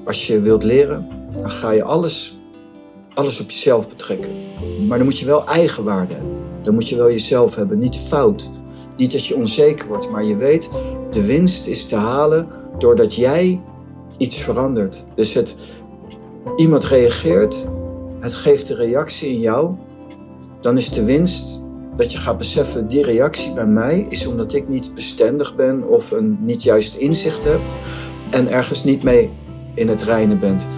als je wilt leren, dan ga je alles op jezelf betrekken. Maar dan moet je wel eigenwaarde hebben. Dan moet je wel jezelf hebben, niet fout. Niet dat je onzeker wordt, maar je weet, de winst is te halen doordat jij iets verandert. Dus iemand reageert, het geeft de reactie in jou, dan is de winst dat je gaat beseffen, die reactie bij mij is omdat ik niet bestendig ben of een niet juist inzicht heb en ergens niet mee in het reinen bent.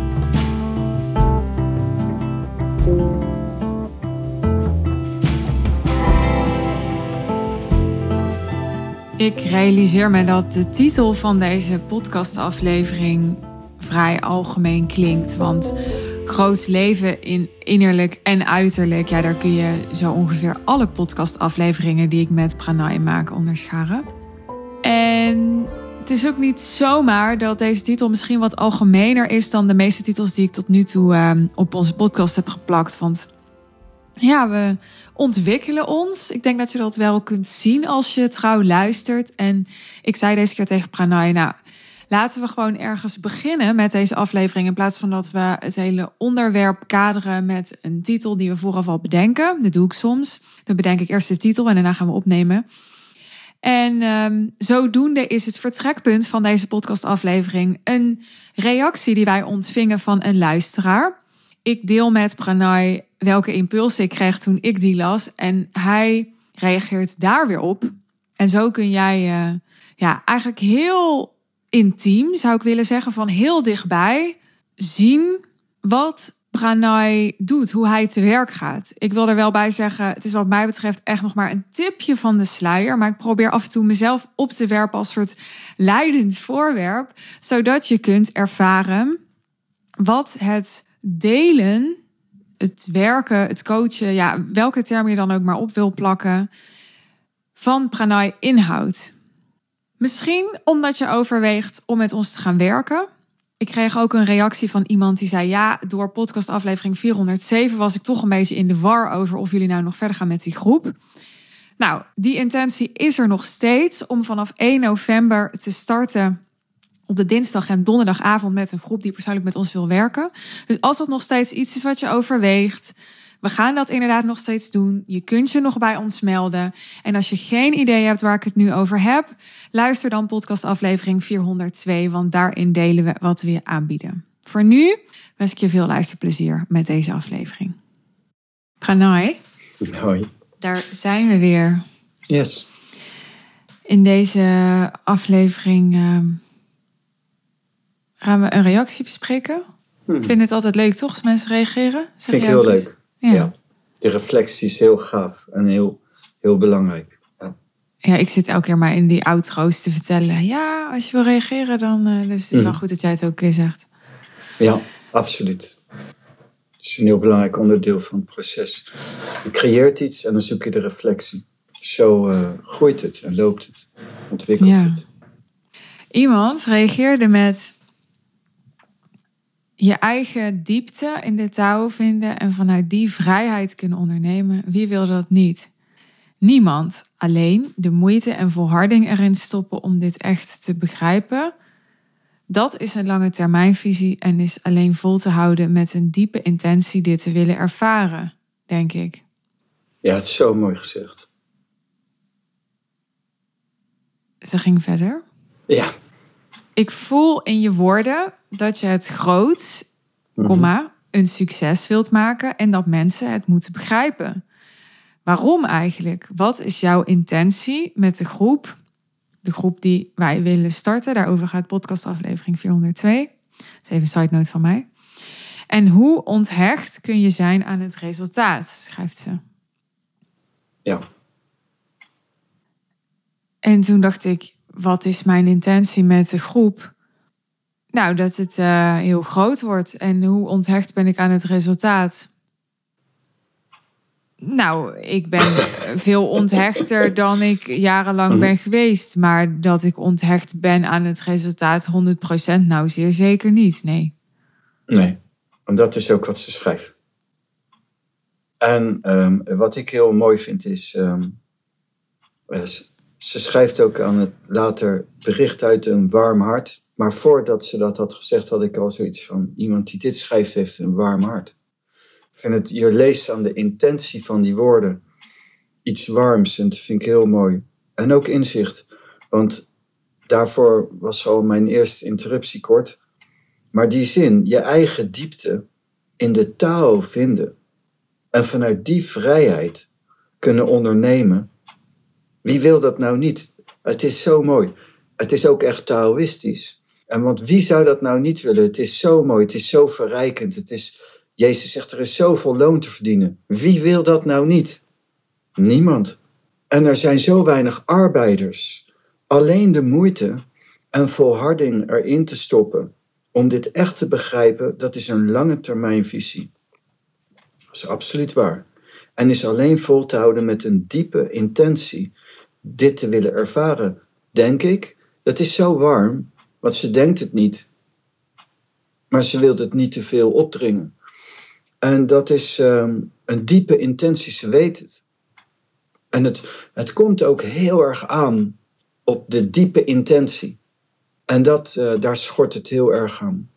Ik realiseer me dat de titel van deze podcastaflevering vrij algemeen klinkt. Want groots leven in innerlijk en uiterlijk, ja, daar kun je zo ongeveer alle podcastafleveringen die ik met Pranay maak onderscharen. En het is ook niet zomaar dat deze titel misschien wat algemener is dan de meeste titels die ik tot nu toe op onze podcast heb geplakt. Want ja, we ontwikkelen ons. Ik denk dat je dat wel kunt zien als je trouw luistert. En ik zei deze keer tegen Pranay, nou, laten we gewoon ergens beginnen met deze aflevering, in plaats van dat we het hele onderwerp kaderen met een titel die we vooraf al bedenken. Dat doe ik soms. Dan bedenk ik eerst de titel en daarna gaan we opnemen. En zodoende is het vertrekpunt van deze podcastaflevering een reactie die wij ontvingen van een luisteraar. Ik deel met Pranay welke impulsen ik kreeg toen ik die las. En hij reageert daar weer op. En zo kun jij eigenlijk heel intiem, zou ik willen zeggen, van heel dichtbij zien wat Pranay doet, hoe hij te werk gaat. Ik wil er wel bij zeggen, het is wat mij betreft echt nog maar een tipje van de sluier. Maar ik probeer af en toe mezelf op te werpen als soort leidend voorwerp. Zodat je kunt ervaren wat het delen, het werken, het coachen, ja, welke term je dan ook maar op wil plakken, van Pranay inhoudt. Misschien omdat je overweegt om met ons te gaan werken. Ik kreeg ook een reactie van iemand die zei, ja, door podcastaflevering 407 was ik toch een beetje in de war over of jullie nou nog verder gaan met die groep. Nou, die intentie is er nog steeds om vanaf 1 november te starten op de dinsdag en donderdagavond met een groep die persoonlijk met ons wil werken. Dus als dat nog steeds iets is wat je overweegt, we gaan dat inderdaad nog steeds doen. Je kunt je nog bij ons melden. En als je geen idee hebt waar ik het nu over heb, luister dan podcastaflevering 402, want daarin delen we wat we je aanbieden. Voor nu wens ik je veel luisterplezier met deze aflevering. Pranay. Hoi. Daar zijn we weer. Yes. In deze aflevering gaan we een reactie bespreken. Ik vind het altijd leuk, toch? Als mensen reageren. Vind ik heel leuk. Ja. De reflectie is heel gaaf en heel, heel belangrijk. Ja, ik zit elke keer maar in die outro's te vertellen. Ja, als je wil reageren, dan... dus het is wel goed dat jij het ook zegt. Ja, absoluut. Het is een heel belangrijk onderdeel van het proces. Je creëert iets en dan zoek je de reflectie. Zo groeit het en loopt het, ontwikkelt het. Iemand reageerde met je eigen diepte in de touw vinden en vanuit die vrijheid kunnen ondernemen. Wie wil dat niet? Niemand. Alleen de moeite en volharding erin stoppen om dit echt te begrijpen. Dat is een lange termijnvisie en is alleen vol te houden met een diepe intentie dit te willen ervaren, denk ik. Ja, het is zo mooi gezegd. Ze ging verder. Ja. Ik voel in je woorden dat je het groots, een succes wilt maken en dat mensen het moeten begrijpen. Waarom eigenlijk? Wat is jouw intentie met de groep? De groep die wij willen starten. Daarover gaat podcastaflevering 402. Dat is even een side note van mij. En hoe onthecht kun je zijn aan het resultaat, schrijft ze. Ja. En toen dacht ik, wat is mijn intentie met de groep? Nou, dat het heel groot wordt. En hoe onthecht ben ik aan het resultaat? Nou, ik ben veel onthechter dan ik jarenlang ben geweest. Maar dat ik onthecht ben aan het resultaat 100%, nou zeer zeker niet, nee. Nee, en dat is ook wat ze schrijft. En wat ik heel mooi vind is... ze schrijft ook aan het later bericht uit een warm hart... Maar voordat ze dat had gezegd, had ik al zoiets van... iemand die dit schrijft, heeft een warm hart. Ik vind het, je leest aan de intentie van die woorden iets warms. En dat vind ik heel mooi. En ook inzicht. Want daarvoor was al mijn eerste interruptie kort. Maar die zin, je eigen diepte in de taal vinden. En vanuit die vrijheid kunnen ondernemen. Wie wil dat nou niet? Het is zo mooi. Het is ook echt Taoïstisch. En want wie zou dat nou niet willen? Het is zo mooi, het is zo verrijkend. Jezus zegt, er is zoveel loon te verdienen. Wie wil dat nou niet? Niemand. En er zijn zo weinig arbeiders. Alleen de moeite en volharding erin te stoppen om dit echt te begrijpen, dat is een lange termijnvisie. Dat is absoluut waar. En is alleen vol te houden met een diepe intentie dit te willen ervaren. Denk ik, dat is zo warm, want ze denkt het niet. Maar ze wil het niet te veel opdringen. En dat is een diepe intentie, ze weet het. En het komt ook heel erg aan op de diepe intentie. En daar schort het heel erg aan.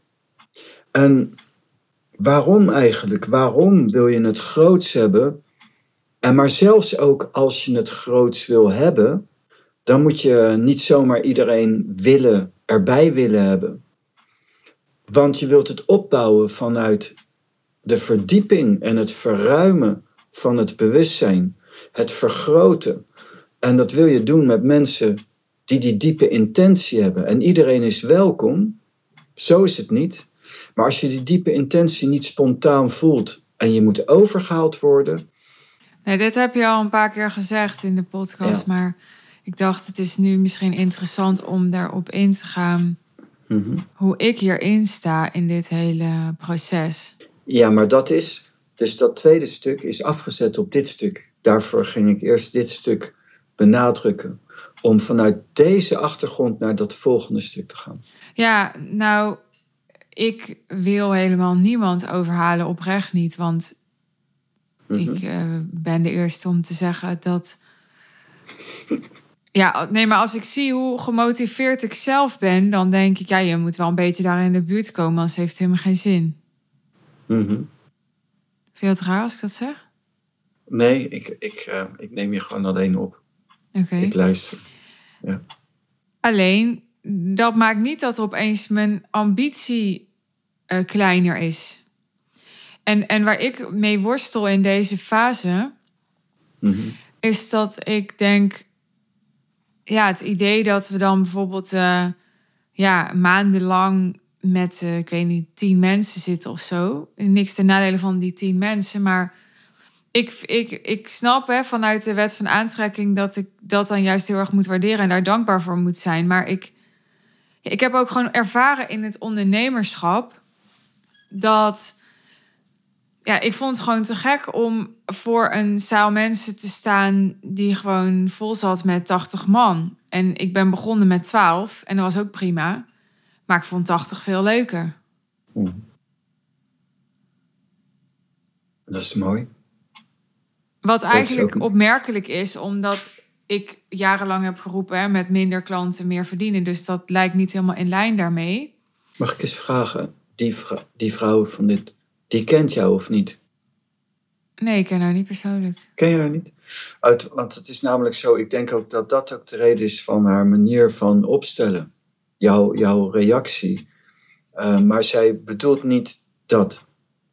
En waarom eigenlijk? Waarom wil je het groots hebben? En maar zelfs ook als je het groots wil hebben, dan moet je niet zomaar iedereen erbij willen hebben. Want je wilt het opbouwen vanuit de verdieping en het verruimen van het bewustzijn. Het vergroten. En dat wil je doen met mensen die diepe intentie hebben. En iedereen is welkom. Zo is het niet. Maar als je die diepe intentie niet spontaan voelt en je moet overgehaald worden. Nee, dit heb je al een paar keer gezegd in de podcast. Ja. Maar ik dacht, het is nu misschien interessant om daarop in te gaan. Mm-hmm. Hoe ik hierin sta in dit hele proces. Ja, maar dus dat tweede stuk is afgezet op dit stuk. Daarvoor ging ik eerst dit stuk benadrukken. Om vanuit deze achtergrond naar dat volgende stuk te gaan. Ja, nou, ik wil helemaal niemand overhalen, oprecht niet. Want ik ben de eerste om te zeggen dat... Ja, nee, maar als ik zie hoe gemotiveerd ik zelf ben, dan denk ik, ja, je moet wel een beetje daar in de buurt komen, anders heeft het helemaal geen zin. Mm-hmm. Vind je dat raar als ik dat zeg? Nee, ik neem je gewoon alleen op. Okay. Ik luister. Ja. Alleen, dat maakt niet dat opeens mijn ambitie kleiner is. En waar ik mee worstel in deze fase, is dat ik denk, ja, het idee dat we dan bijvoorbeeld maandenlang met, ik weet niet, 10 mensen zitten of zo. Niks ten nadele van die 10 mensen, maar ik snap vanuit de wet van aantrekking dat ik dat dan juist heel erg moet waarderen en daar dankbaar voor moet zijn. Maar ik heb ook gewoon ervaren in het ondernemerschap dat... Ja, ik vond het gewoon te gek om voor een zaal mensen te staan die gewoon vol zat met 80 man. En ik ben begonnen met 12 en dat was ook prima. Maar ik vond 80 veel leuker. Dat is mooi. Wat eigenlijk opmerkelijk is, omdat ik jarenlang heb geroepen, met minder klanten meer verdienen. Dus dat lijkt niet helemaal in lijn daarmee. Mag ik eens vragen, die vrouw van dit, die kent jou of niet? Nee, ik ken haar niet persoonlijk. Ken je haar niet? Want het is namelijk zo, ik denk ook dat dat ook de reden is van haar manier van opstellen. Jouw reactie. Maar zij bedoelt niet dat.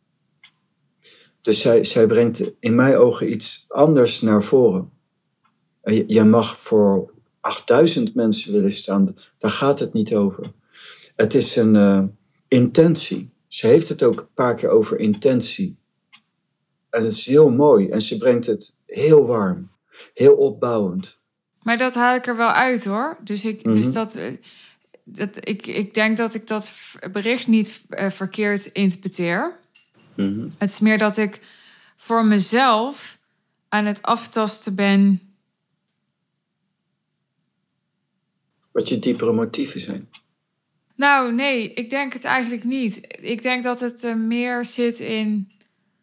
Dus zij brengt in mijn ogen iets anders naar voren. Je mag voor 8000 mensen willen staan. Daar gaat het niet over. Het is een intentie. Ze heeft het ook een paar keer over intentie. En het is heel mooi. En ze brengt het heel warm. Heel opbouwend. Maar dat haal ik er wel uit, hoor. Dus ik denk dat ik dat bericht niet verkeerd interpreteer. Mm-hmm. Het is meer dat ik voor mezelf aan het aftasten ben. Wat je diepere motieven zijn. Nou, nee, ik denk het eigenlijk niet. Ik denk dat het meer zit in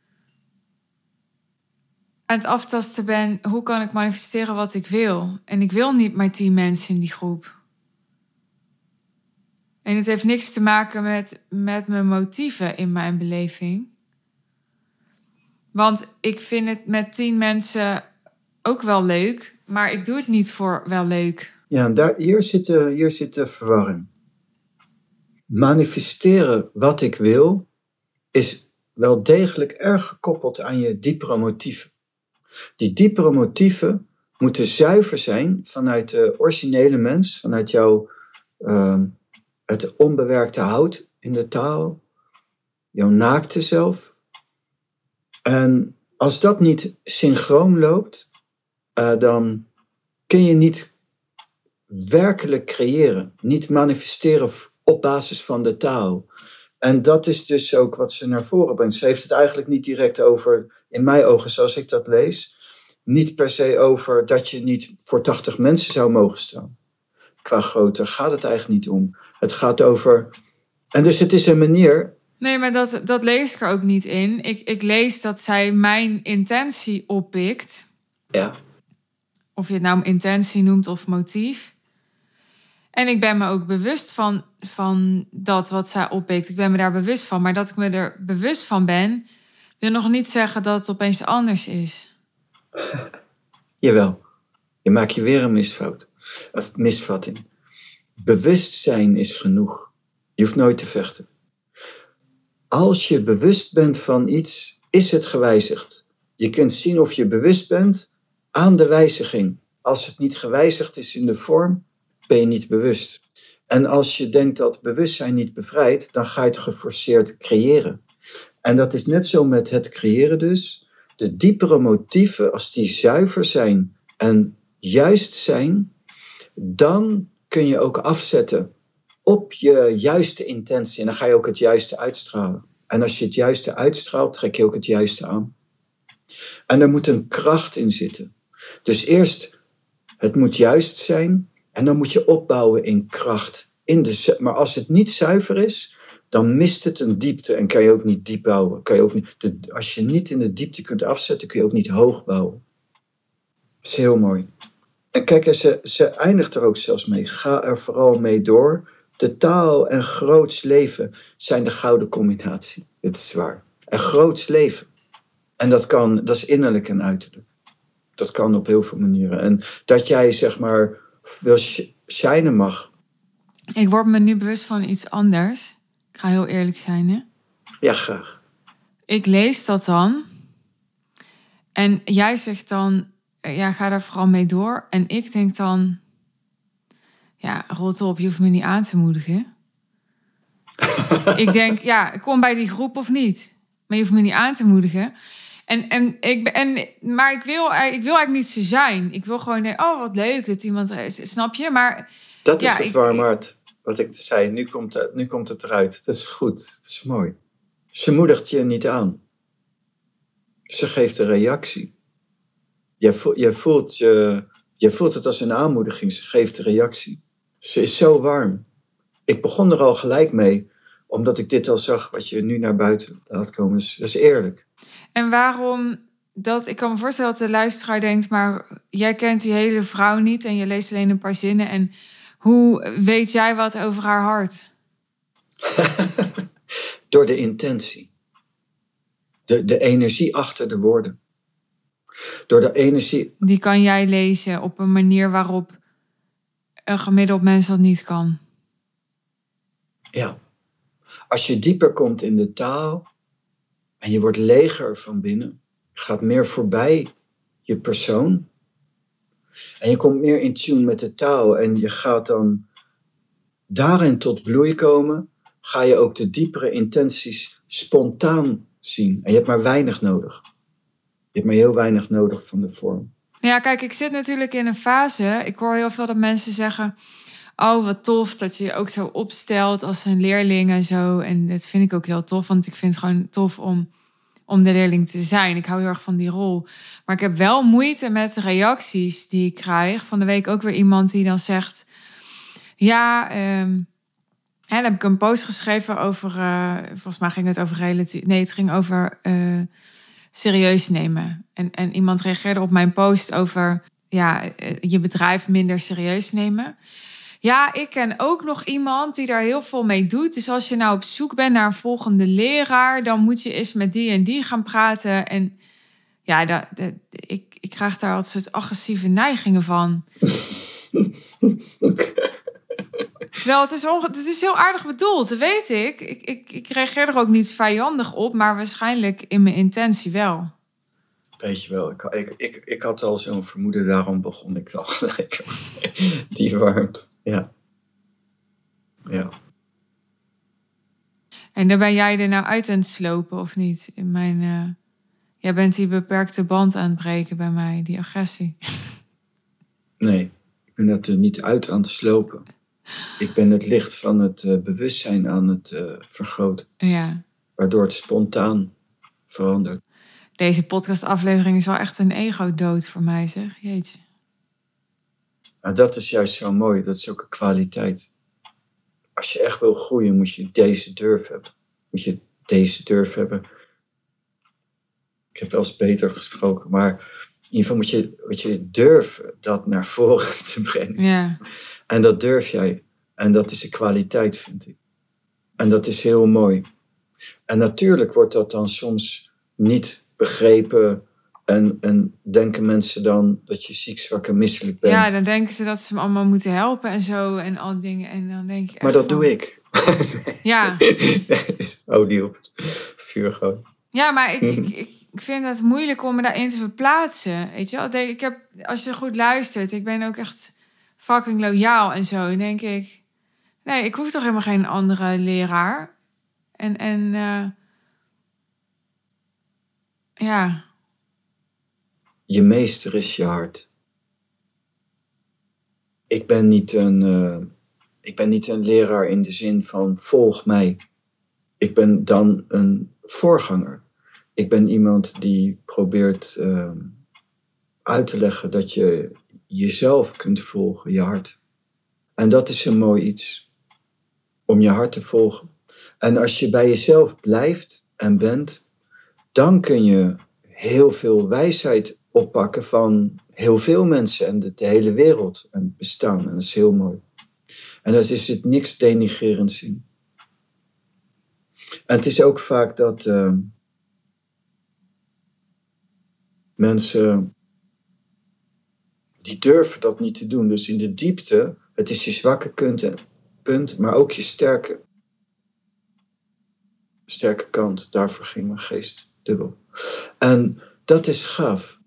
aan het aftasten ben, hoe kan ik manifesteren wat ik wil? En ik wil niet maar 10 mensen in die groep. En het heeft niks te maken met mijn motieven in mijn beleving. Want ik vind het met 10 mensen ook wel leuk, maar ik doe het niet voor wel leuk. Ja, en hier zit de verwarring. Manifesteren wat ik wil is wel degelijk erg gekoppeld aan je diepere motieven. Die diepere motieven moeten zuiver zijn vanuit de originele mens, vanuit jouw het onbewerkte hout in de taal, jouw naakte zelf. En als dat niet synchroon loopt, dan kun je niet werkelijk creëren, niet manifesteren op basis van de taal. En dat is dus ook wat ze naar voren brengt. Ze heeft het eigenlijk niet direct over, in mijn ogen zoals ik dat lees, niet per se over dat je niet voor 80 mensen zou mogen staan. Qua grootte gaat het eigenlijk niet om. Het gaat over... En dus het is een manier... Nee, maar dat lees ik er ook niet in. Ik lees dat zij mijn intentie oppikt. Ja. Of je het nou intentie noemt of motief. En ik ben me ook bewust van dat wat zij oppikt. Ik ben me daar bewust van. Maar dat ik me er bewust van ben, wil nog niet zeggen dat het opeens anders is. Jawel. Je maakt je weer een misvatting. Bewustzijn is genoeg. Je hoeft nooit te vechten. Als je bewust bent van iets, is het gewijzigd. Je kunt zien of je bewust bent aan de wijziging. Als het niet gewijzigd is in de vorm, ben je niet bewust. En als je denkt dat bewustzijn niet bevrijdt, dan ga je het geforceerd creëren. En dat is net zo met het creëren dus. De diepere motieven, als die zuiver zijn en juist zijn, dan kun je ook afzetten op je juiste intentie. En dan ga je ook het juiste uitstralen. En als je het juiste uitstraalt, trek je ook het juiste aan. En er moet een kracht in zitten. Dus eerst, het moet juist zijn. En dan moet je opbouwen in kracht. Maar als het niet zuiver is, dan mist het een diepte. En kan je ook niet diep bouwen. Als je niet in de diepte kunt afzetten, kun je ook niet hoog bouwen. Dat is heel mooi. En kijk, ze eindigt er ook zelfs mee. Ga er vooral mee door. De taal en groots leven zijn de gouden combinatie. Het is waar. En groots leven. En dat is innerlijk en uiterlijk. Dat kan op heel veel manieren. En dat jij zeg maar wil shinen mag. Ik word me nu bewust van iets anders. Ik ga heel eerlijk zijn, hè? Ja, graag. Ik lees dat dan. En jij zegt dan, ja, ga daar vooral mee door. En ik denk dan, ja, rot op, je hoeft me niet aan te moedigen. Ik denk, ja, kom bij die groep of niet. Maar je hoeft me niet aan te moedigen. Maar ik wil eigenlijk niet zo zijn. Ik wil gewoon denken, oh, wat leuk dat iemand is. Snap je? Maar dat is het warm hart. Wat ik zei, nu komt het eruit. Dat is goed. Dat is mooi. Ze moedigt je niet aan. Ze geeft een reactie. Je voelt het als een aanmoediging. Ze geeft een reactie. Ze is zo warm. Ik begon er al gelijk mee, omdat ik dit al zag, wat je nu naar buiten laat komen. Dus dat is eerlijk. En waarom ik kan me voorstellen dat de luisteraar denkt, maar jij kent die hele vrouw niet en je leest alleen een paar zinnen. En hoe weet jij wat over haar hart? Door de intentie. De energie achter de woorden. Door de energie. Die kan jij lezen op een manier waarop een gemiddeld mens dat niet kan. Ja. Als je dieper komt in de taal en je wordt leger van binnen, je gaat meer voorbij je persoon en je komt meer in tune met de taal en je gaat dan daarin tot bloei komen, ga je ook de diepere intenties spontaan zien. En je hebt maar weinig nodig. Je hebt maar heel weinig nodig van de vorm. Ja, kijk, ik zit natuurlijk in een fase. Ik hoor heel veel dat mensen zeggen, oh, wat tof dat je je ook zo opstelt als een leerling en zo. En dat vind ik ook heel tof, want ik vind het gewoon tof om de leerling te zijn. Ik hou heel erg van die rol. Maar ik heb wel moeite met de reacties die ik krijg. Van de week ook weer iemand die dan zegt, ja, dan heb ik een post geschreven over, volgens mij ging het over het ging over serieus nemen. En iemand reageerde op mijn post over, ja, je bedrijf minder serieus nemen. Ja, ik ken ook nog iemand die daar heel veel mee doet. Dus als je nou op zoek bent naar een volgende leraar, dan moet je eens met die en die gaan praten. En ja, ik krijg daar altijd soort agressieve neigingen van. Terwijl het is heel aardig bedoeld, dat weet ik. Ik reageer er ook niet vijandig op, maar waarschijnlijk in mijn intentie wel. Weet je wel, ik had al zo'n vermoeden, daarom begon ik al gelijk. Die warmte, ja. Ja. En daar ben jij er nou uit aan het slopen, of niet? Jij bent die beperkte band aan het breken bij mij, die agressie. Nee, ik ben dat er niet uit aan het slopen. Ik ben het licht van het bewustzijn aan het vergroten. Ja. Waardoor het spontaan verandert. Deze podcastaflevering is wel echt een ego-dood voor mij, zeg. Jeetje. Maar dat is juist zo mooi, dat is ook een kwaliteit. Als je echt wil groeien, moet je deze durf hebben. Ik heb wel eens beter gesproken, maar in ieder geval moet je durven dat naar voren te brengen. Ja. En dat durf jij. En dat is een kwaliteit, vind ik. En dat is heel mooi. En natuurlijk wordt dat dan soms niet begrepen. En denken mensen dan dat je ziek, zwak en misselijk bent. Ja, dan denken ze dat ze me allemaal moeten helpen en zo en al die dingen. En dan denk je echt maar dat doe ik. Ja. Olie op het vuur gooien. Ja, maar ik vind het moeilijk om me daarin te verplaatsen. Weet je wel? Als je goed luistert, ik ben ook echt fucking loyaal en zo. Dan denk ik, nee, ik hoef toch helemaal geen andere leraar. Ja. Je meester is je hart. Ik ben niet een leraar in de zin van volg mij. Ik ben dan een voorganger. Ik ben iemand die probeert uit te leggen dat je jezelf kunt volgen, je hart. En dat is een mooi iets, om je hart te volgen. En als je bij jezelf blijft en bent, dan kun je heel veel wijsheid oppakken van heel veel mensen en de hele wereld en het bestaan. En dat is heel mooi. En dat is het niks denigrerends in. En het is ook vaak dat mensen die durven dat niet te doen. Dus in de diepte, het is je zwakke punt, maar ook je sterke kant. Daarvoor ging mijn geest dubbel. En dat is gaaf.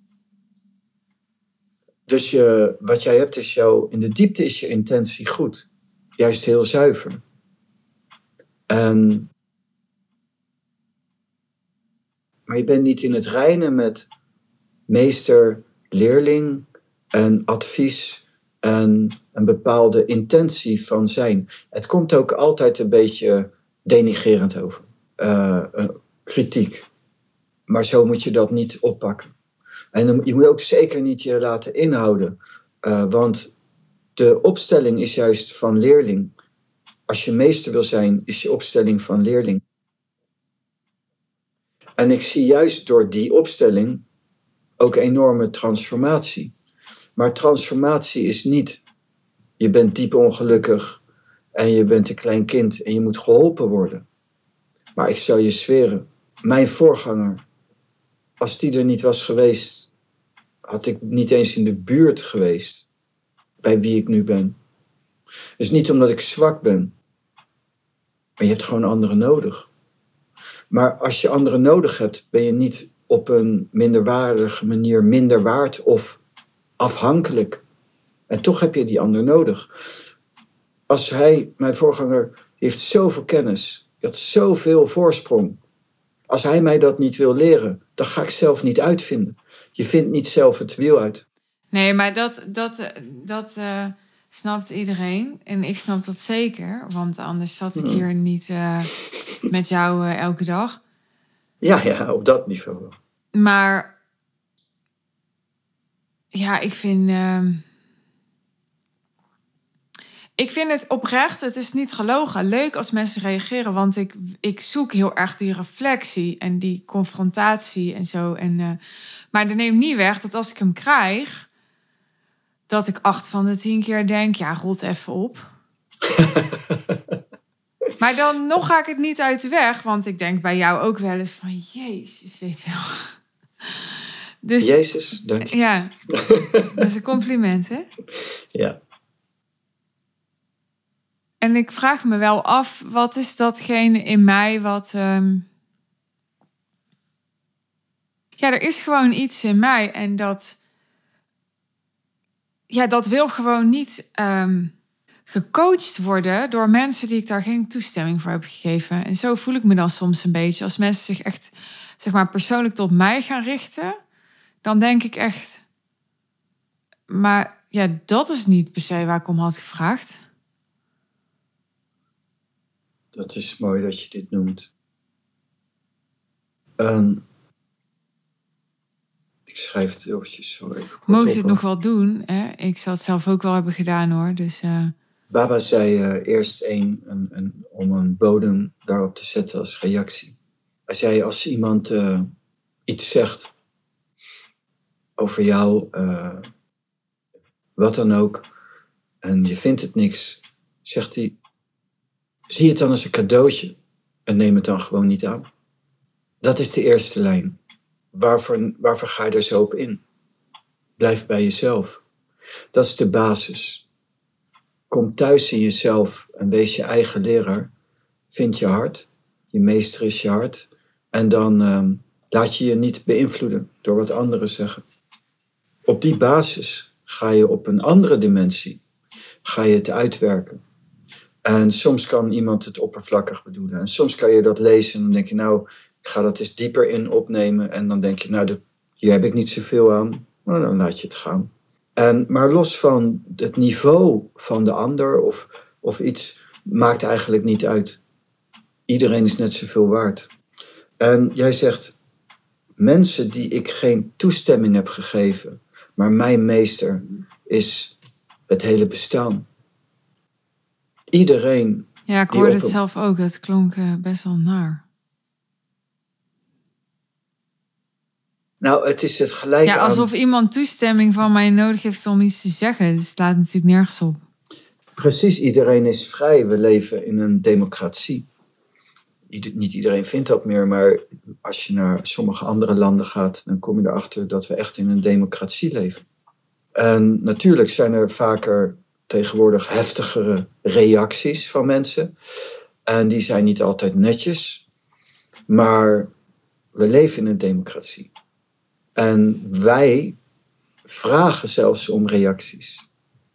Dus wat jij hebt is in de diepte is je intentie goed. Juist heel zuiver. Maar je bent niet in het reinen met meester, leerling en advies en een bepaalde intentie van zijn. Het komt ook altijd een beetje denigrerend over. Kritiek. Maar zo moet je dat niet oppakken. En je moet ook zeker niet je laten inhouden. Want de opstelling is juist van leerling. Als je meester wil zijn, is je opstelling van leerling. En ik zie juist door die opstelling ook enorme transformatie. Maar transformatie is niet, je bent diep ongelukkig en je bent een klein kind en je moet geholpen worden. Maar ik zou je zweren, mijn voorganger, als die er niet was geweest, had ik niet eens in de buurt geweest bij wie ik nu ben. Dus niet omdat ik zwak ben, maar je hebt gewoon anderen nodig. Maar als je anderen nodig hebt, ben je niet op een minderwaardige manier minder waard of afhankelijk. En toch heb je die ander nodig. Mijn voorganger, heeft zoveel kennis. Hij had zoveel voorsprong. Als hij mij dat niet wil leren, dan ga ik zelf niet uitvinden. Je vindt niet zelf het wiel uit. Nee, maar dat snapt iedereen. En ik snap dat zeker. Want anders zat ik hier niet met jou elke dag. Ja, op dat niveau. Maar ja, ik vind het oprecht, het is niet gelogen, leuk als mensen reageren. Want ik zoek heel erg die reflectie en die confrontatie en zo. Maar dat neemt niet weg dat als ik hem krijg, dat ik 8 van de 10 keer denk, ja, rot even op. Maar dan nog ga ik het niet uit de weg. Want ik denk bij jou ook wel eens van, Jezus, weet je wel. Dus, Jezus, dank je. Ja, dat is een compliment, hè? Ja. En ik vraag me wel af, wat is datgene in mij wat... Ja, er is gewoon iets in mij en dat... Ja, dat wil gewoon niet gecoacht worden door mensen die ik daar geen toestemming voor heb gegeven. En zo voel ik me dan soms een beetje. Als mensen zich echt, zeg maar, persoonlijk tot mij gaan richten, dan denk ik echt... Maar ja, dat is niet per se waar ik om had gevraagd. Dat is mooi dat je dit noemt. Ik schrijf het eventjes zo even kort Mogen op, ze het nog wel doen? Hè? Ik zal het zelf ook wel hebben gedaan, hoor. Dus, Baba zei eerst om een bodem daarop te zetten als reactie. Hij zei, als iemand iets zegt over jou, wat dan ook, en je vindt het niks, zegt hij, zie het dan als een cadeautje en neem het dan gewoon niet aan. Dat is de eerste lijn. Waarvoor ga je er zo op in? Blijf bij jezelf. Dat is de basis. Kom thuis in jezelf en wees je eigen leraar. Vind je hart. Je meester is je hart. En dan laat je je niet beïnvloeden door wat anderen zeggen. Op die basis ga je op een andere dimensie. Ga je het uitwerken. En soms kan iemand het oppervlakkig bedoelen. En soms kan je dat lezen en dan denk je, nou, ik ga dat eens dieper in opnemen. En dan denk je, nou, hier heb ik niet zoveel aan. Nou, dan laat je het gaan. Maar los van het niveau van de ander of iets, maakt eigenlijk niet uit. Iedereen is net zoveel waard. En jij zegt, mensen die ik geen toestemming heb gegeven, maar mijn meester is het hele bestaan. Iedereen. ja, ik hoorde het zelf ook. Het klonk best wel naar. Nou, het is het gelijk ja, alsof iemand toestemming van mij nodig heeft om iets te zeggen. Dus het slaat natuurlijk nergens op. Precies, iedereen is vrij. We leven in een democratie. Niet iedereen vindt dat meer, maar als je naar sommige andere landen gaat, dan kom je erachter dat we echt in een democratie leven. En natuurlijk zijn er vaker tegenwoordig heftigere reacties van mensen. En die zijn niet altijd netjes. Maar we leven in een democratie. En wij vragen zelfs om reacties.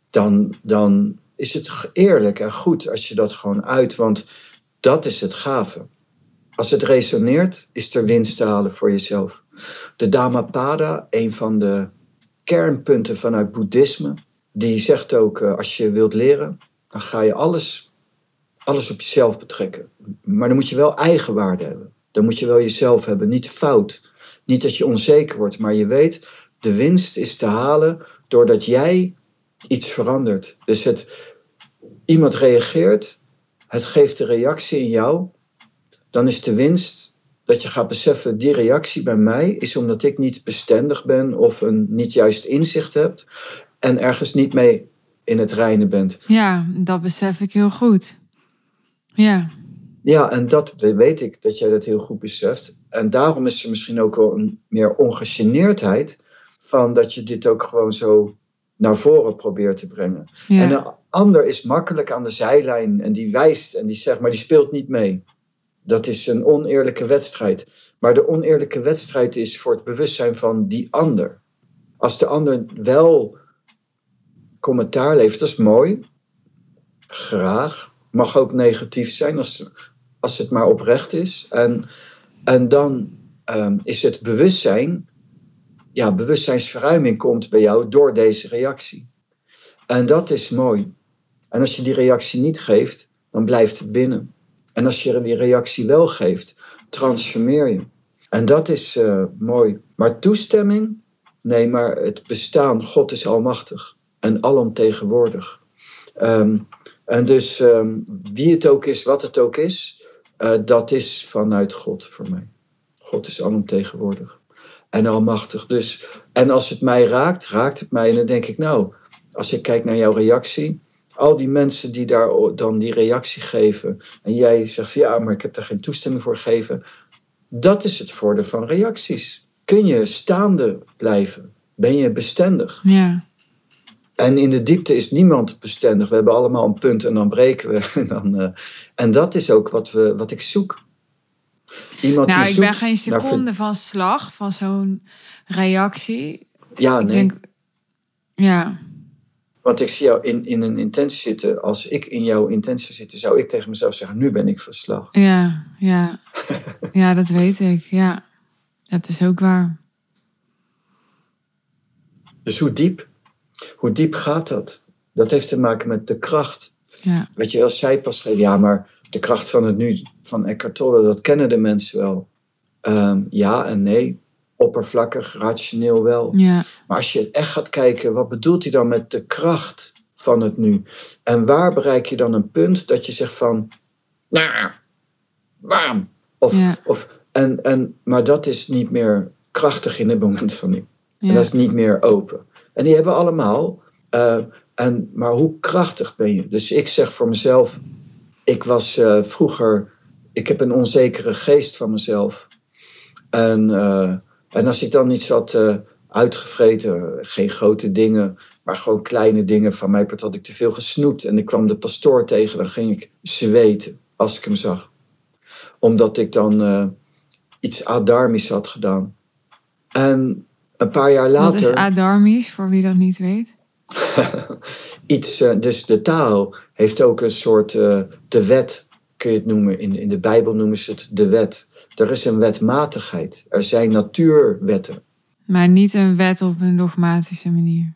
Dan is het eerlijk en goed als je dat gewoon uit. Want dat is het gave. Als het resoneert, is er winst te halen voor jezelf. De Dhammapada, een van de kernpunten vanuit boeddhisme, die zegt ook, als je wilt leren, dan ga je alles op jezelf betrekken. Maar dan moet je wel eigenwaarde hebben. Dan moet je wel jezelf hebben, niet fout. Niet dat je onzeker wordt, maar je weet, de winst is te halen doordat jij iets verandert. Dus iemand reageert, het geeft de reactie in jou, dan is de winst dat je gaat beseffen, die reactie bij mij is omdat ik niet bestendig ben of een niet juist inzicht heb en ergens niet mee in het reinen bent. Ja, dat besef ik heel goed. Ja. Ja, en dat weet ik, dat jij dat heel goed beseft. En daarom is er misschien ook wel een meer ongegeneerdheid van dat je dit ook gewoon zo naar voren probeert te brengen. Ja. En een ander is makkelijk aan de zijlijn en die wijst en die zegt, maar die speelt niet mee. Dat is een oneerlijke wedstrijd. Maar de oneerlijke wedstrijd is voor het bewustzijn van die ander. Als de ander wel commentaar levert, dat is mooi. Graag. Mag ook negatief zijn als het maar oprecht is. En dan is het bewustzijn, ja, bewustzijnsverruiming komt bij jou door deze reactie. En dat is mooi. En als je die reactie niet geeft, dan blijft het binnen. En als je die reactie wel geeft, transformeer je. En dat is mooi. Maar toestemming? Nee, maar het bestaan, God is almachtig en alomtegenwoordig. En dus wie het ook is, wat het ook is, dat is vanuit God voor mij. God is alomtegenwoordig en almachtig. Dus, en als het mij raakt, raakt het mij. En dan denk ik, nou, als ik kijk naar jouw reactie, al die mensen die daar dan die reactie geven, en jij zegt, ja, maar ik heb daar geen toestemming voor gegeven. Dat is het voordeel van reacties. Kun je staande blijven? Ben je bestendig? Ja. En in de diepte is niemand bestendig. We hebben allemaal een punt en dan breken we. En dat is ook wat ik zoek. Iemand die ik zoekt ben geen seconde van slag van zo'n reactie. Ja, ik nee. denk, ja. Want ik zie jou in een intentie zitten. Als ik in jouw intentie zit, zou ik tegen mezelf zeggen, nu ben ik van slag. Ja. Ja, dat weet ik. Ja, dat is ook waar. Dus hoe diep gaat dat? Dat heeft te maken met de kracht. Ja. Weet je, als zij pas schreef, ja, maar de kracht van het nu, van Eckhart Tolle, dat kennen de mensen wel. Ja en nee. Oppervlakkig, rationeel wel. Ja. Maar als je echt gaat kijken, wat bedoelt hij dan met de kracht van het nu? En waar bereik je dan een punt dat je zegt van, nou, waarom? Maar dat is niet meer krachtig in het moment van nu. Ja. En dat is niet meer open. En die hebben allemaal. Maar hoe krachtig ben je? Dus ik zeg voor mezelf, ik was vroeger, ik heb een onzekere geest van mezelf. En als ik dan iets had uitgevreten, geen grote dingen, maar gewoon kleine dingen. Van mij had ik te veel gesnoept en ik kwam de pastoor tegen, dan ging ik zweten als ik hem zag. Omdat ik dan iets adharmisch had gedaan. En een paar jaar later... Wat is adharmisch, voor wie dat niet weet? Dus de taal heeft ook een soort, de wet kun je het noemen. In de Bijbel noemen ze het de wet. Er is een wetmatigheid. Er zijn natuurwetten. Maar niet een wet op een dogmatische manier.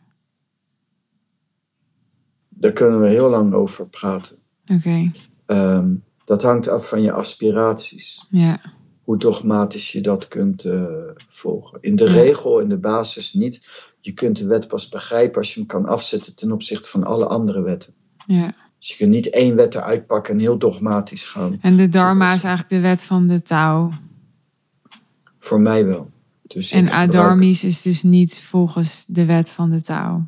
Daar kunnen we heel lang over praten. Oké. Dat hangt af van je aspiraties. Ja. Hoe dogmatisch je dat kunt volgen. In de regel, in de basis niet. Je kunt de wet pas begrijpen als je hem kan afzetten ten opzichte van alle andere wetten. Ja. Dus je kunt niet één wet eruit pakken en heel dogmatisch gaan. En de dharma is eigenlijk de wet van de Tao. Voor mij wel. Dus en adharmisch is dus niet volgens de wet van de Tao.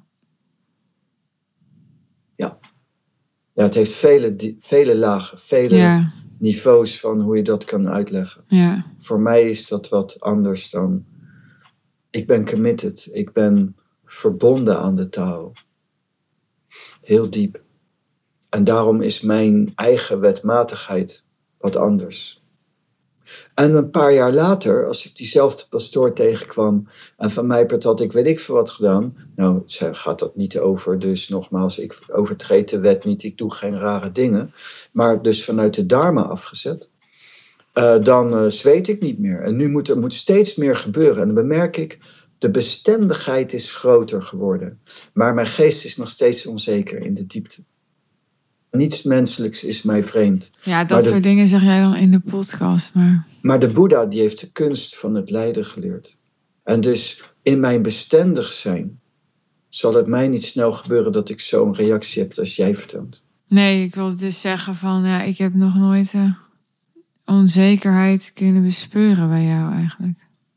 Ja. Ja, het heeft vele lagen, vele niveaus van hoe je dat kan uitleggen. Ja. Voor mij is dat wat anders dan... Ik ben committed. Ik ben verbonden aan de Tao. Heel diep. En daarom is mijn eigen wetmatigheid wat anders. En een paar jaar later, als ik diezelfde pastoor tegenkwam... en van mij had ik weet ik veel wat gedaan... Nou, gaat dat niet over. Dus nogmaals, ik overtreed de wet niet. Ik doe geen rare dingen. Maar dus vanuit de dharma afgezet... dan zweet ik niet meer. En nu moet steeds meer gebeuren. En dan bemerk ik, de bestendigheid is groter geworden. Maar mijn geest is nog steeds onzeker in de diepte. Niets menselijks is mij vreemd. Ja, dat soort dingen zeg jij dan in de podcast. Maar de Boeddha die heeft de kunst van het lijden geleerd. En dus in mijn bestendig zijn... zal het mij niet snel gebeuren dat ik zo'n reactie heb als jij vertelt. Nee, ik wil dus zeggen van... Ja, ik heb nog nooit onzekerheid kunnen bespeuren bij jou eigenlijk.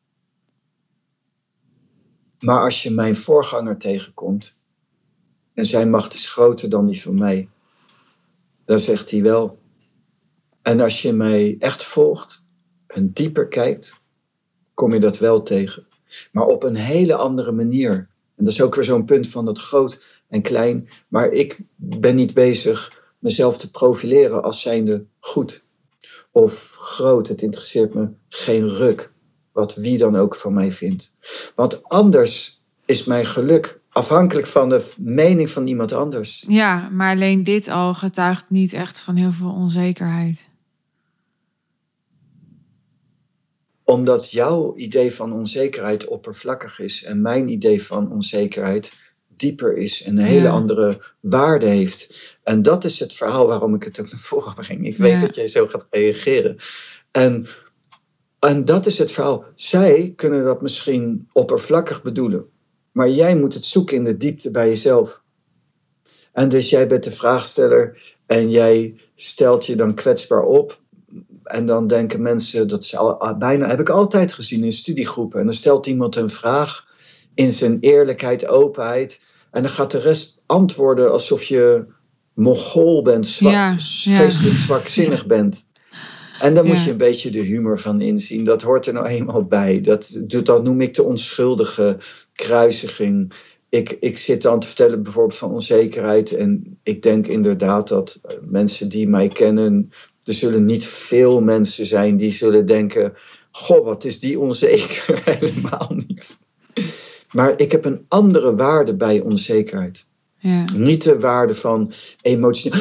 Maar als je mijn voorganger tegenkomt... en zijn macht is groter dan die van mij... dan zegt hij wel. En als je mij echt volgt en dieper kijkt, kom je dat wel tegen. Maar op een hele andere manier. En dat is ook weer zo'n punt van dat groot en klein. Maar ik ben niet bezig mezelf te profileren als zijnde goed. Of groot, het interesseert me geen ruk. Wat wie dan ook van mij vindt. Want anders is mijn geluk afhankelijk van de mening van iemand anders. Ja, maar alleen dit al getuigt niet echt van heel veel onzekerheid. Omdat jouw idee van onzekerheid oppervlakkig is... en mijn idee van onzekerheid dieper is... en een hele andere waarde heeft. En dat is het verhaal waarom ik het ook naar voren breng. Ik weet dat jij zo gaat reageren. En dat is het verhaal. Zij kunnen dat misschien oppervlakkig bedoelen... maar jij moet het zoeken in de diepte bij jezelf. En dus jij bent de vraagsteller... en jij stelt je dan kwetsbaar op... En dan denken mensen, dat is bijna, heb ik altijd gezien in studiegroepen. En dan stelt iemand een vraag in zijn eerlijkheid, openheid. En dan gaat de rest antwoorden alsof je Mongool bent, geestelijk zwakzinnig bent. En daar moet je een beetje de humor van inzien. Dat hoort er nou eenmaal bij. Dat noem ik de onschuldige kruisiging. Ik zit dan te vertellen bijvoorbeeld van onzekerheid. En ik denk inderdaad dat mensen die mij kennen... Er zullen niet veel mensen zijn die zullen denken... Goh, wat is die onzeker? Helemaal niet. Maar ik heb een andere waarde bij onzekerheid. Ja. Niet de waarde van emotioneel...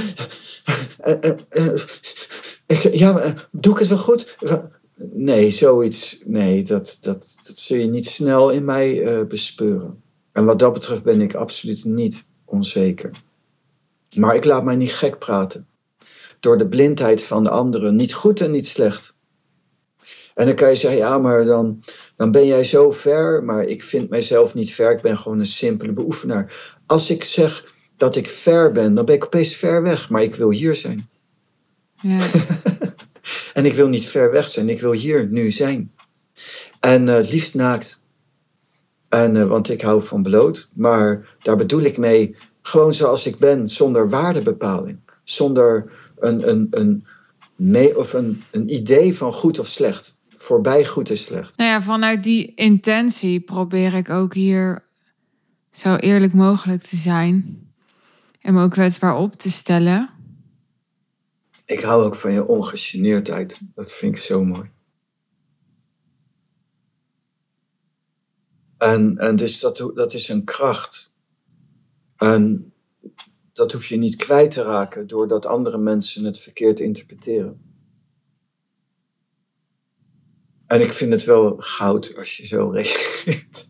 doe ik het wel goed? Nee, zoiets... Nee, dat zul je niet snel in mij bespeuren. En wat dat betreft ben ik absoluut niet onzeker. Maar ik laat mij niet gek praten. Door de blindheid van de anderen. Niet goed en niet slecht. En dan kan je zeggen, ja, maar dan ben jij zo ver. Maar ik vind mijzelf niet ver. Ik ben gewoon een simpele beoefenaar. Als ik zeg dat ik ver ben, dan ben ik opeens ver weg. Maar ik wil hier zijn. Ja. En ik wil niet ver weg zijn. Ik wil hier nu zijn. En liefst naakt. Want ik hou van bloot. Maar daar bedoel ik mee, gewoon zoals ik ben. Zonder waardebepaling. Zonder een idee van goed of slecht. Voorbij goed en slecht. Nou ja, vanuit die intentie probeer ik ook hier zo eerlijk mogelijk te zijn. En me ook kwetsbaar op te stellen. Ik hou ook van je ongegeneerdheid. Dat vind ik zo mooi. En dus dat is een kracht. En dat hoef je niet kwijt te raken doordat andere mensen het verkeerd interpreteren. En ik vind het wel goud als je zo reageert.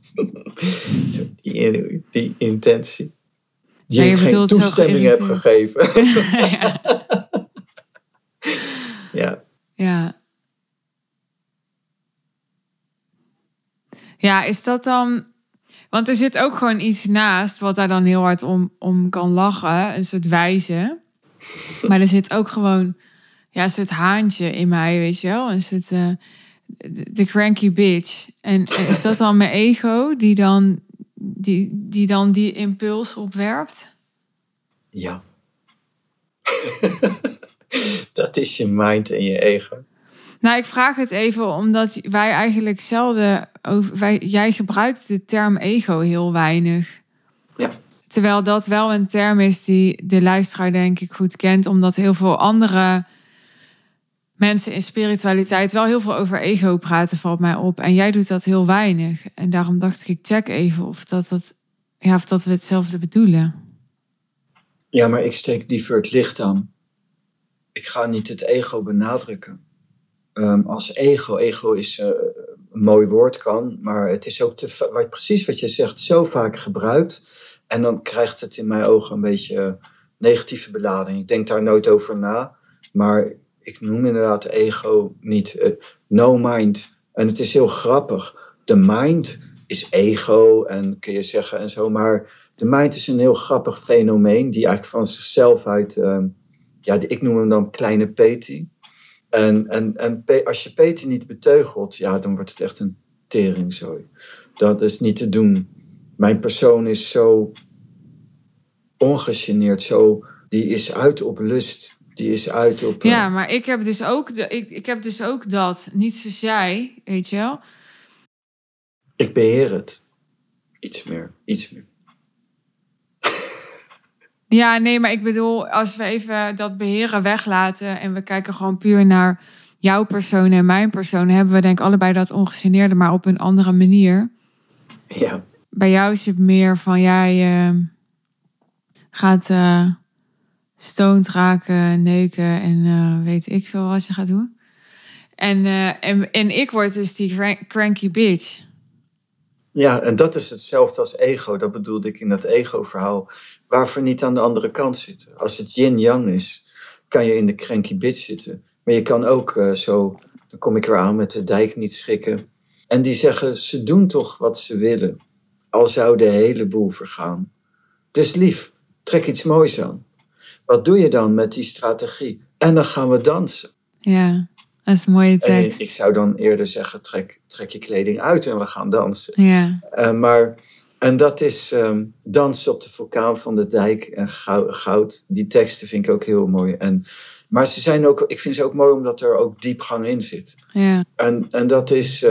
Die intentie. Die ik geen toestemming heb gegeven. Ja. Ja. Ja. Ja, is dat dan... Want er zit ook gewoon iets naast wat daar dan heel hard om kan lachen. Een soort wijze. Maar er zit ook gewoon een soort haantje in mij, weet je wel? Een soort de cranky bitch. En is dat dan mijn ego die dan die impuls opwerpt? Ja. Dat is je mind en je ego. Nou, ik vraag het even omdat wij eigenlijk zelden... Jij gebruikt de term ego heel weinig. Ja. Terwijl dat wel een term is die de luisteraar denk ik goed kent. Omdat heel veel andere mensen in spiritualiteit wel heel veel over ego praten, valt mij op. En jij doet dat heel weinig. En daarom dacht ik check even of dat we hetzelfde bedoelen. Ja, maar ik steek liever het licht aan. Ik ga niet het ego benadrukken. Als ego is een mooi woord kan, maar het is ook precies wat je zegt, zo vaak gebruikt. En dan krijgt het in mijn ogen een beetje negatieve belading. Ik denk daar nooit over na, maar ik noem inderdaad ego niet no mind. En het is heel grappig. De mind is ego en kun je zeggen en zo, maar de mind is een heel grappig fenomeen die eigenlijk van zichzelf uit, ik noem hem dan kleine Peti. En als je Peter niet beteugelt, dan wordt het echt een teringzooi. Dat is niet te doen. Mijn persoon is zo ongegeneerd, die is uit op lust. Die is uit op... Ja, maar ik heb dus ook dat. Niet zoals jij, weet je wel. Ik beheer het. Iets meer. Ja, nee, maar ik bedoel, als we even dat beheren weglaten en we kijken gewoon puur naar jouw persoon en mijn persoon, hebben we denk ik allebei dat ongegeneerde, maar op een andere manier. Ja. Bij jou is het meer van, jij gaat stoned raken, neuken en weet ik veel wat je gaat doen. En ik word dus die cranky bitch. Ja, en dat is hetzelfde als ego. Dat bedoelde ik in dat ego-verhaal. Waarvoor niet aan de andere kant zitten. Als het yin-yang is, kan je in de cranky bitch zitten. Maar je kan ook dan kom ik weer aan met de dijk niet schikken. En die zeggen, ze doen toch wat ze willen. Al zou de hele boel vergaan. Dus lief, trek iets moois aan. Wat doe je dan met die strategie? En dan gaan we dansen. Ja, dat is een mooie tekst. En ik zou dan eerder zeggen, trek je kleding uit en we gaan dansen. Ja. Maar En dat is Dans op de vulkaan van de dijk en goud. Die teksten vind ik ook heel mooi. Maar ik vind ze ook mooi omdat er ook diepgang in zit. Ja. En dat is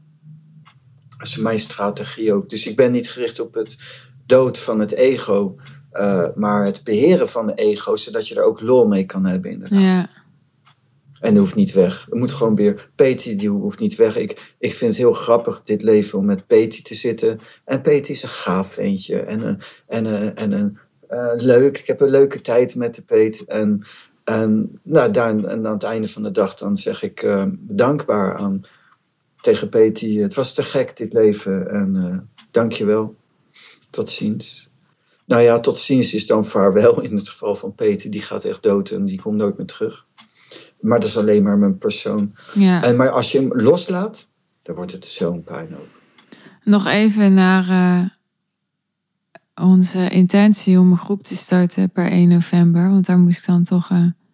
mijn strategie ook. Dus ik ben niet gericht op het dood van het ego, maar het beheren van de ego, zodat je er ook lol mee kan hebben inderdaad. Ja. En dat hoeft niet weg. Het moet gewoon weer. Peti, die hoeft niet weg. Ik vind het heel grappig, dit leven, om met Peti te zitten. En Peti is een gaaf ventje. En leuk. Ik heb een leuke tijd met de Peet. En aan het einde van de dag dan zeg ik dankbaar tegen Peti. Het was te gek, dit leven. En dank je wel. Tot ziens. Nou ja, tot ziens is dan vaarwel in het geval van Peti. Die gaat echt dood en die komt nooit meer terug. Maar dat is alleen maar mijn persoon. Ja. Maar als je hem loslaat, dan wordt het zo'n puinhoop. Nog even naar onze intentie om een groep te starten per 1 november. Want daar moest ik dan toch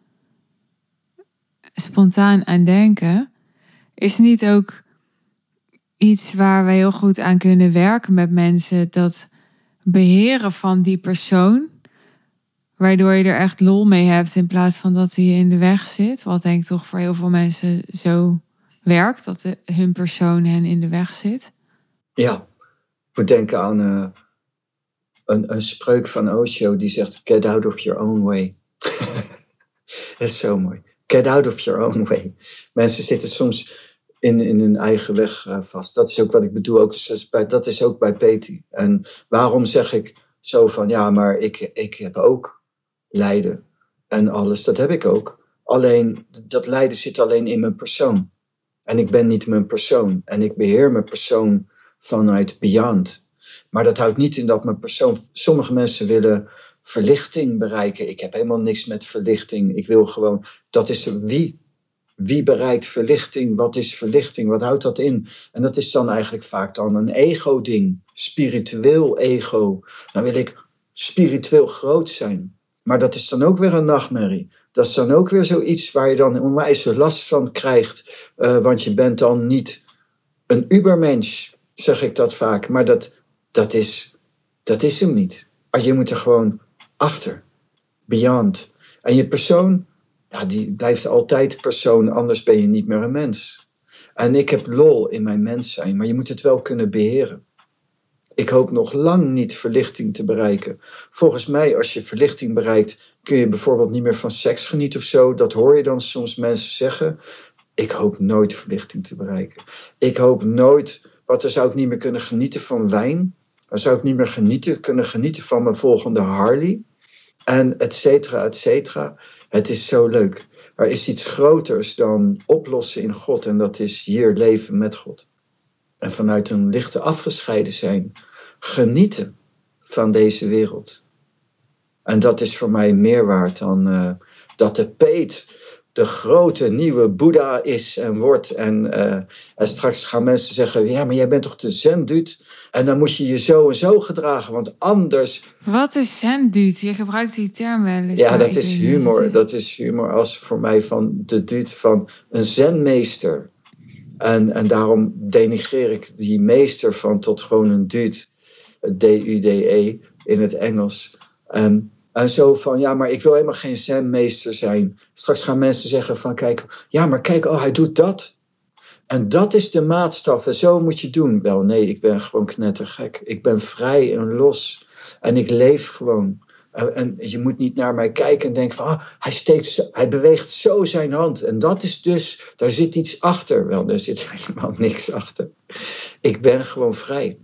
spontaan aan denken. Is niet ook iets waar we heel goed aan kunnen werken met mensen? Dat beheren van die persoon, waardoor je er echt lol mee hebt in plaats van dat hij je in de weg zit. Wat denk ik toch voor heel veel mensen zo werkt, dat hun persoon hen in de weg zit. Ja, ik moet denken aan een spreuk van Osho die zegt: get out of your own way. Dat is zo mooi. Get out of your own way. Mensen zitten soms in hun eigen weg vast. Dat is ook wat ik bedoel. Dat is ook bij Peti. En waarom zeg ik zo van, ja, maar ik heb ook lijden en alles. Dat heb ik ook. Alleen, dat lijden zit alleen in mijn persoon. En ik ben niet mijn persoon. En ik beheer mijn persoon vanuit beyond. Maar dat houdt niet in dat mijn persoon... Sommige mensen willen verlichting bereiken. Ik heb helemaal niks met verlichting. Ik wil gewoon... Dat is wie bereikt verlichting? Wat is verlichting? Wat houdt dat in? En dat is dan eigenlijk vaak dan een ego-ding. Spiritueel ego. Dan wil ik spiritueel groot zijn. Maar dat is dan ook weer een nachtmerrie. Dat is dan ook weer zoiets waar je dan onwijs last van krijgt. Want je bent dan niet een ubermensch, zeg ik dat vaak. Maar dat is hem niet. Je moet er gewoon achter. Beyond. En je persoon, ja, die blijft altijd persoon. Anders ben je niet meer een mens. En ik heb lol in mijn mens zijn. Maar je moet het wel kunnen beheren. Ik hoop nog lang niet verlichting te bereiken. Volgens mij, als je verlichting bereikt, kun je bijvoorbeeld niet meer van seks genieten of zo. Dat hoor je dan soms mensen zeggen. Ik hoop nooit verlichting te bereiken. Ik hoop nooit, want dan zou ik niet meer kunnen genieten van wijn. Dan zou ik niet meer kunnen genieten van mijn volgende Harley. En et cetera, et cetera. Het is zo leuk. Er is iets groters dan oplossen in God. En dat is hier leven met God. En vanuit een lichte afgescheiden zijn, genieten van deze wereld. En dat is voor mij meer waard dan dat de Peet de grote nieuwe Boeddha is en wordt. En straks gaan mensen zeggen, ja, maar jij bent toch de zen-dude? En dan moet je je zo en zo gedragen, want anders... Wat is zen-dude? Je gebruikt die term wel eens. Ja, dat is humor. Dat is humor als voor mij van de dude van een zenmeester. En daarom denigreer ik die meester van tot gewoon een dude. D-U-D-E in het Engels. En zo van, ja, maar ik wil helemaal geen zenmeester zijn. Straks gaan mensen zeggen van, kijk, ja, maar kijk, oh, hij doet dat. En dat is de maatstaf en zo moet je doen. Wel, nee, ik ben gewoon knettergek. Ik ben vrij en los. En ik leef gewoon. En je moet niet naar mij kijken en denken van, hij beweegt zo zijn hand. En dat is dus, daar zit iets achter. Wel, daar zit helemaal niks achter. Ik ben gewoon vrij.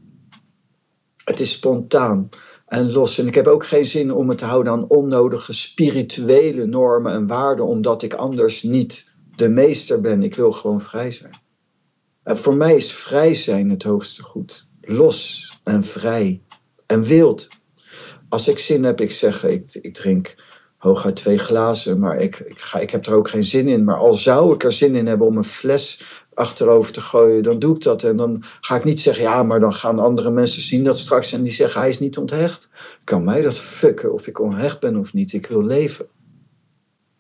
Het is spontaan en los. En ik heb ook geen zin om het te houden aan onnodige spirituele normen en waarden, omdat ik anders niet de meester ben. Ik wil gewoon vrij zijn. En voor mij is vrij zijn het hoogste goed. Los en vrij en wild. Als ik zin heb, ik zeg, ik drink hooguit 2 glazen, maar ik heb er ook geen zin in. Maar al zou ik er zin in hebben om een fles achterover te gooien, dan doe ik dat. En dan ga ik niet zeggen, ja, maar dan gaan andere mensen zien dat straks en die zeggen, hij is niet onthecht. Kan mij dat fucken of ik onthecht ben of niet? Ik wil leven.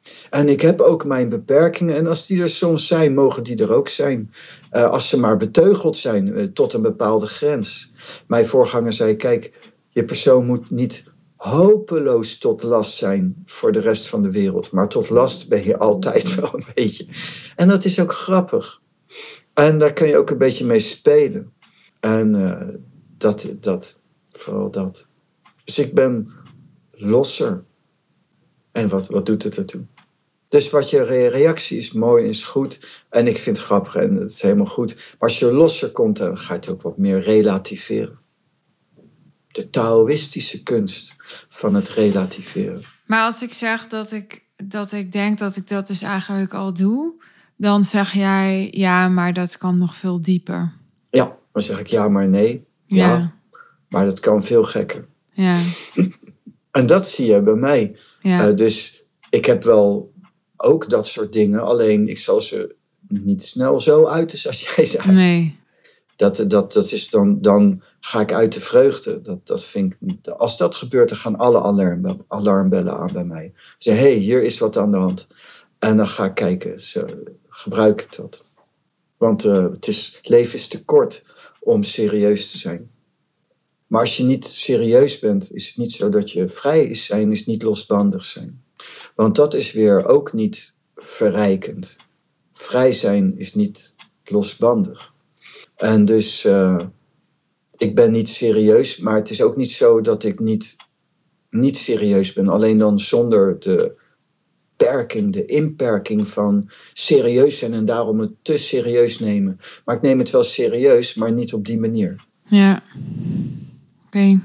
En ik heb ook mijn beperkingen. En als die er soms zijn, mogen die er ook zijn. Als ze maar beteugeld zijn tot een bepaalde grens. Mijn voorganger zei, kijk, je persoon moet niet hopeloos tot last zijn voor de rest van de wereld. Maar tot last ben je altijd wel een beetje. En dat is ook grappig. En daar kun je ook een beetje mee spelen. En vooral dat. Dus ik ben losser. En wat doet het ertoe? Dus wat je reactie is mooi, is goed. En ik vind het grappig en het is helemaal goed. Maar als je losser komt, dan ga je het ook wat meer relativeren. De Taoïstische kunst van het relativeren. Maar als ik zeg dat ik denk dat ik dat dus eigenlijk al doe, dan zeg jij, ja, maar dat kan nog veel dieper. Ja, dan zeg ik ja, maar nee. Ja. Maar dat kan veel gekker. Ja. En dat zie je bij mij. Ja. Dus ik heb wel ook dat soort dingen. Alleen ik zal ze niet snel zo uiten zoals jij zei. Nee. Dat is dan ga ik uit de vreugde. Dat vind ik niet. Als dat gebeurt, dan gaan alle alarmbellen aan bij mij. Ze zeggen, hier is wat aan de hand. En dan ga ik kijken, gebruik ik dat. Want het leven is te kort om serieus te zijn. Maar als je niet serieus bent, is het niet zo dat je vrij zijn, is niet losbandig zijn. Want dat is weer ook niet verrijkend. Vrij zijn is niet losbandig. En dus, ik ben niet serieus, maar het is ook niet zo dat ik niet serieus ben. Alleen dan zonder de inperking van serieus zijn en daarom het te serieus nemen. Maar ik neem het wel serieus, maar niet op die manier. Ja. Oké.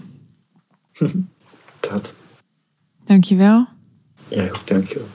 Dat. Dankjewel. Ja, dankjewel.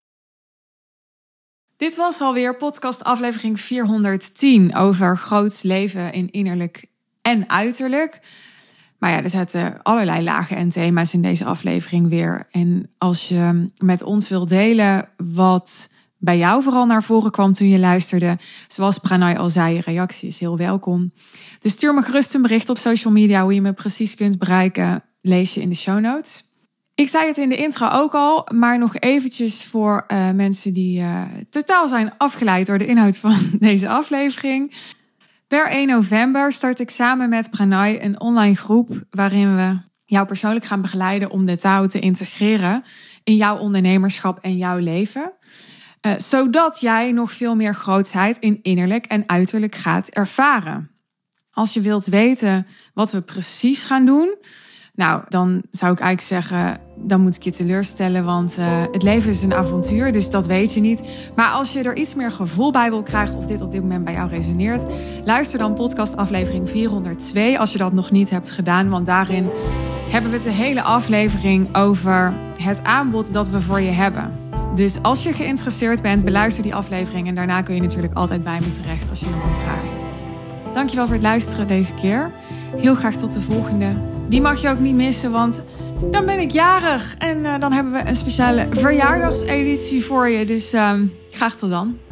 Dit was alweer podcast aflevering 410 over groots leven in innerlijk en uiterlijk. Maar ja, er zitten allerlei lagen en thema's in deze aflevering weer. En als je met ons wilt delen wat bij jou vooral naar voren kwam toen je luisterde, zoals Pranay al zei, je reactie is heel welkom. Dus stuur me gerust een bericht op social media hoe je me precies kunt bereiken. Lees je in de show notes. Ik zei het in de intro ook al, maar nog eventjes voor mensen die totaal zijn afgeleid door de inhoud van deze aflevering. Per 1 november start ik samen met Pranay een online groep waarin we jou persoonlijk gaan begeleiden om de Tao te integreren in jouw ondernemerschap en jouw leven. Zodat jij nog veel meer grootsheid in innerlijk en uiterlijk gaat ervaren. Als je wilt weten wat we precies gaan doen, nou, dan zou ik eigenlijk zeggen, dan moet ik je teleurstellen, want het leven is een avontuur, dus dat weet je niet. Maar als je er iets meer gevoel bij wil krijgen of dit op dit moment bij jou resoneert, luister dan podcast aflevering 402 als je dat nog niet hebt gedaan, want daarin hebben we het de hele aflevering over het aanbod dat we voor je hebben. Dus als je geïnteresseerd bent, beluister die aflevering en daarna kun je natuurlijk altijd bij me terecht als je nog een vraag hebt. Dankjewel voor het luisteren deze keer. Heel graag tot de volgende. Die mag je ook niet missen, want dan ben ik jarig. En dan hebben we een speciale verjaardagseditie voor je. Dus graag tot dan.